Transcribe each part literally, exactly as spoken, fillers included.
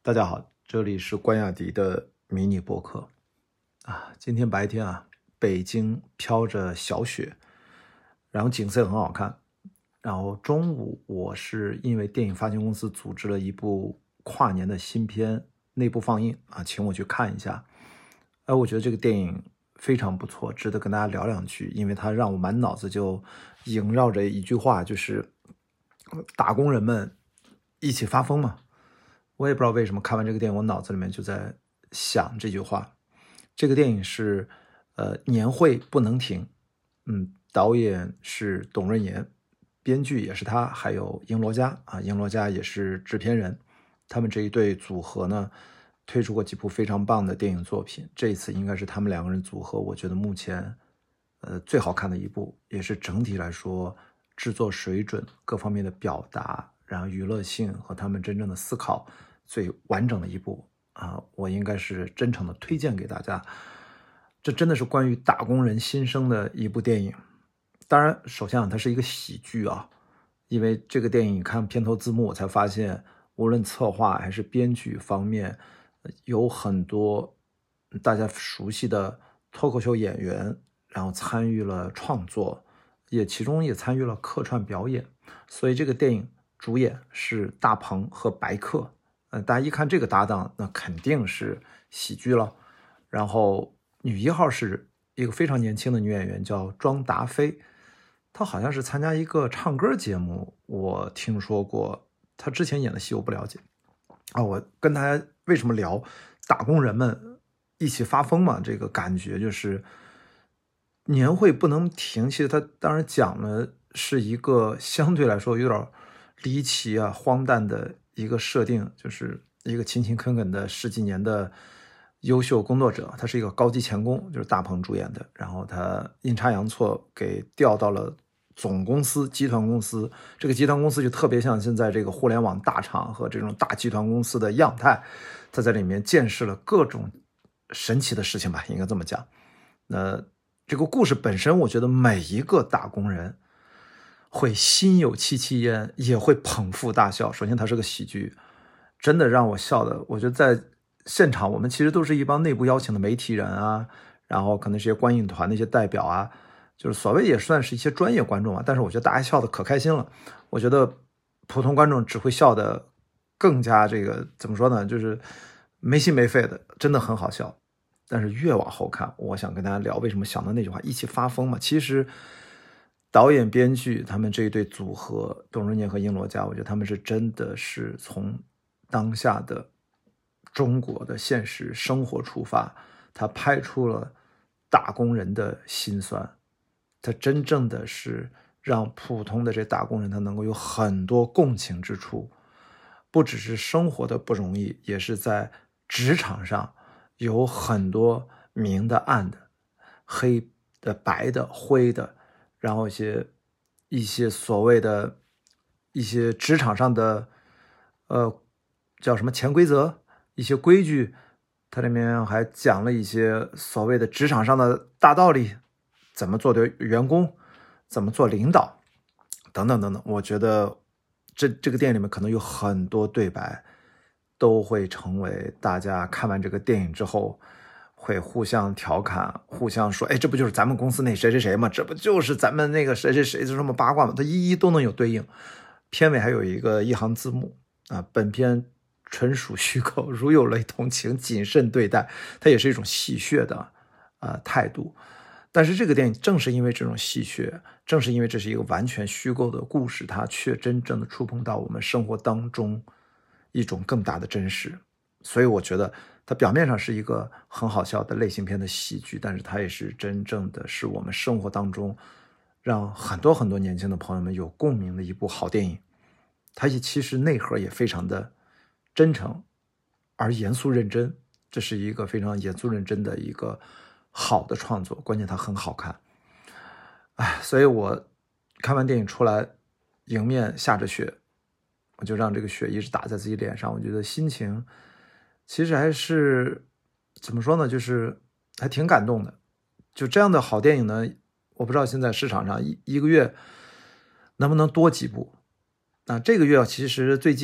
大家好，这里是关雅迪的迷你播客啊。今天白天啊，北京飘着小雪，然后景色也很好看。然后中午我是因为电影发行公司组织了一部跨年的新片内部放映啊，请我去看一下。哎，我觉得这个电影非常不错，值得跟大家聊两句，因为它让我满脑子就萦绕着一句话，就是打工人们一起发疯嘛。我也不知道为什么看完这个电影，我脑子里面就在想这句话。这个电影是呃年会不能停，嗯，导演是董润岩，编剧也是他，还有英罗嘉啊，英罗嘉也是制片人。他们这一对组合呢，推出过几部非常棒的电影作品，这一次应该是他们两个人组合，我觉得目前呃最好看的一部，也是整体来说制作水准、各方面的表达，然后娱乐性和他们真正的思考最完整的一部啊，我应该是真诚的推荐给大家。这真的是关于打工人心声的一部电影。当然，首先啊，它是一个喜剧啊，因为这个电影看片头字幕，我才发现，无论策划还是编剧方面，有很多大家熟悉的脱口秀演员，然后参与了创作，也其中也参与了客串表演。所以这个电影主演是大鹏和白客。呃，大家一看这个搭档，那肯定是喜剧了。然后女一号是一个非常年轻的女演员，叫庄达菲，她好像是参加一个唱歌节目，我听说过。她之前演的戏我不了解啊。我跟大家为什么聊打工人们一起发疯嘛？这个感觉就是年会不能停。其实她当然讲的是一个相对来说有点离奇啊、荒诞的一个设定，就是一个勤勤恳恳的十几年的优秀工作者，他是一个高级钳工，就是大鹏主演的。然后他阴差阳错给调到了总公司、集团公司，这个集团公司就特别像现在这个互联网大厂和这种大集团公司的样态。他在里面见识了各种神奇的事情吧，应该这么讲。那这个故事本身，我觉得每一个打工人会心有戚戚焉，也会捧腹大笑。首先它是个喜剧，真的让我笑的，我觉得在现场我们其实都是一帮内部邀请的媒体人啊，然后可能是些观影团的一些代表啊，就是所谓也算是一些专业观众啊，但是我觉得大家笑的可开心了。我觉得普通观众只会笑的更加这个怎么说呢，就是没心没肺的，真的很好笑。但是越往后看，我想跟大家聊为什么想到那句话一起发疯嘛。其实导演编剧他们这一对组合，董润年和英罗嘉，我觉得他们是真的是从当下的中国的现实生活出发，他拍出了打工人的辛酸，他真正的是让普通的这打工人他能够有很多共情之处，不只是生活的不容易，也是在职场上有很多明的暗的，黑的白的灰的，然后一些一些所谓的一些职场上的呃叫什么潜规则，一些规矩，它里面还讲了一些所谓的职场上的大道理，怎么做对员工，怎么做领导，等等等等。我觉得这这个电影里面可能有很多对白都会成为大家看完这个电影之后会互相调侃，互相说，哎，这不就是咱们公司那谁谁谁吗？这不就是咱们那个谁谁谁就这么八卦吗？它一一都能有对应。片尾还有一个一行字幕啊，本片纯属虚构，如有雷同，请谨慎对待。它也是一种戏谑的呃态度。但是这个电影正是因为这种戏谑，正是因为这是一个完全虚构的故事，它却真正的触碰到我们生活当中一种更大的真实。所以我觉得它表面上是一个很好笑的类型片的喜剧，但是它也是真正的是我们生活当中让很多很多年轻的朋友们有共鸣的一部好电影。它也其实内核也非常的真诚而严肃认真，这是一个非常严肃认真的一个好的创作，关键它很好看。哎，所以我看完电影出来，迎面下着雪，我就让这个雪一直打在自己脸上，我觉得心情其实还是怎么说呢，就是还挺感动的。就这样的好电影呢，我不知道现在市场上一一个月能不能多几部。那这个月其实最近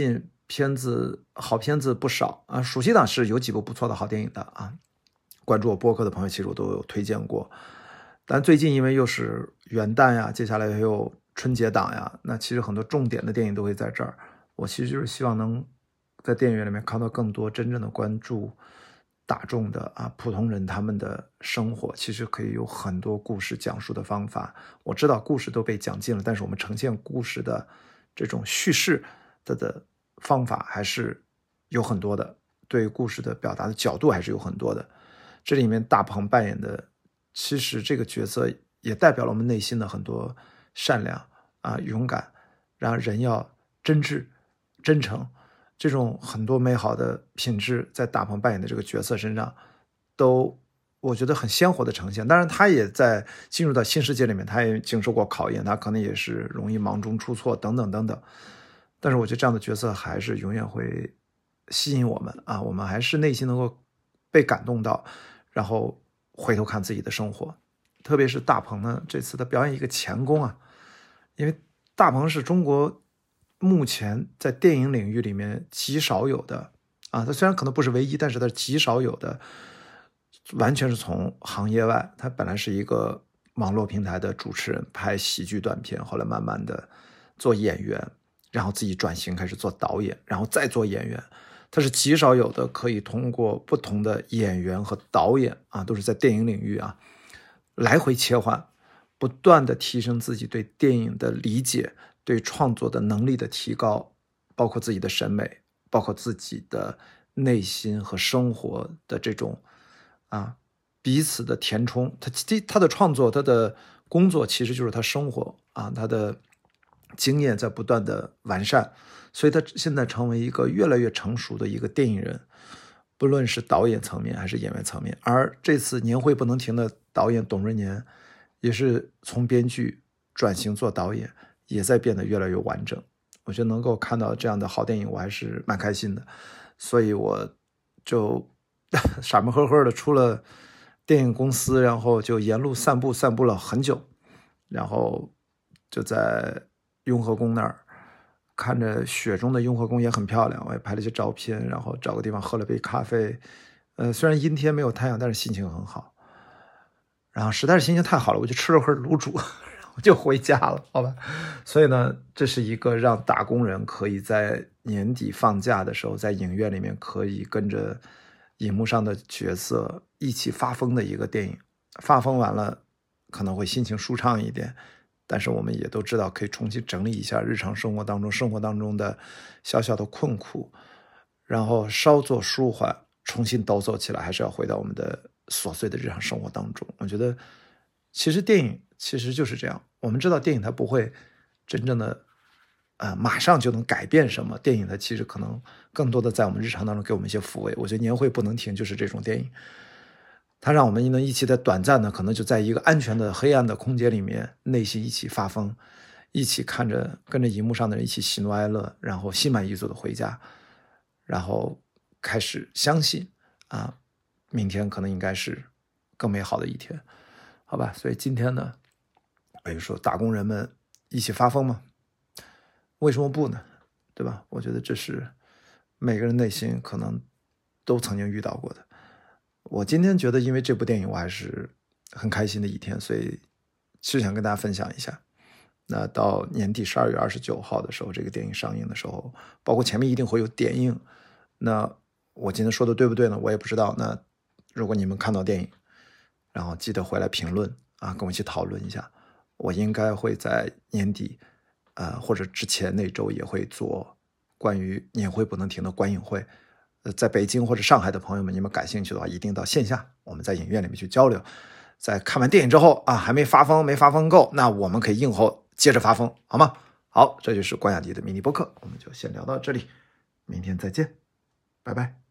片子好片子不少啊，暑期档是有几部不错的好电影的啊。关注我播客的朋友其实我都有推荐过，但最近因为又是元旦呀，接下来又有春节档呀，那其实很多重点的电影都会在这儿。我其实就是希望能在电影院里面看到更多真正的关注大众的啊普通人他们的生活，其实可以有很多故事讲述的方法。我知道故事都被讲尽了，但是我们呈现故事的这种叙事的的方法还是有很多的，对故事的表达的角度还是有很多的。这里面大鹏扮演的，其实这个角色也代表了我们内心的很多善良啊、勇敢，然后人要真挚、真诚，这种很多美好的品质在大鹏扮演的这个角色身上都我觉得很鲜活的呈现。当然他也在进入到新世界里面，他也经受过考验，他可能也是容易忙中出错等等等等，但是我觉得这样的角色还是永远会吸引我们啊，我们还是内心能够被感动到，然后回头看自己的生活。特别是大鹏呢，这次的表演一个前功啊，因为大鹏是中国目前在电影领域里面极少有的啊，他虽然可能不是唯一，但是他极少有的完全是从行业外，他本来是一个网络平台的主持人，拍喜剧短片，后来慢慢的做演员，然后自己转型开始做导演，然后再做演员。他是极少有的可以通过不同的演员和导演啊，都是在电影领域啊来回切换，不断的提升自己对电影的理解，对创作的能力的提高，包括自己的审美，包括自己的内心和生活的这种啊彼此的填充。他他的创作，他的工作其实就是他生活啊，他的经验在不断的完善，所以他现在成为一个越来越成熟的一个电影人，不论是导演层面还是演员层面。而这次年会不能停的导演董润年也是从编剧转型做导演，也在变得越来越完整。我觉得能够看到这样的好电影我还是蛮开心的，所以我就傻闷呵呵的出了电影公司，然后就沿路散步散步了很久，然后就在雍和宫那儿看着雪中的雍和宫也很漂亮，我也拍了一些照片，然后找个地方喝了杯咖啡。呃，虽然阴天没有太阳，但是心情很好。然后实在是心情太好了，我就吃了会卤煮，然后就回家了，好吧。所以呢，这是一个让打工人可以在年底放假的时候，在影院里面可以跟着荧幕上的角色一起发疯的一个电影。发疯完了可能会心情舒畅一点，但是我们也都知道可以重新整理一下日常生活当中生活当中的小小的困苦，然后稍作舒缓，重新抖擞起来，还是要回到我们的琐碎的日常生活当中。我觉得其实电影其实就是这样，我们知道电影它不会真正的呃马上就能改变什么，电影它其实可能更多的在我们日常当中给我们一些抚慰。我觉得年会不能停就是这种电影，它让我们能一起在短暂的可能就在一个安全的黑暗的空间里面，内心一起发疯，一起看着跟着荧幕上的人一起喜怒哀乐，然后心满意足的回家，然后开始相信啊，明天可能应该是更美好的一天，好吧。所以今天呢，我就说打工人们一起发疯嘛，为什么不呢？对吧？我觉得这是每个人内心可能都曾经遇到过的。我今天觉得因为这部电影我还是很开心的一天，所以是想跟大家分享一下。那到年底十二月二十九号的时候，这个电影上映的时候，包括前面一定会有点映，那我今天说的对不对呢？我也不知道。那如果你们看到电影，然后记得回来评论啊，跟我一起讨论一下。我应该会在年底呃，或者之前那周也会做关于年会不能停的观影会。呃，在北京或者上海的朋友们，你们感兴趣的话，一定到线下，我们在影院里面去交流。在看完电影之后啊，还没发疯，没发疯够，那我们可以映后接着发疯，好吗？好，这就是关雅迪的迷你播客，我们就先聊到这里，明天再见，拜拜。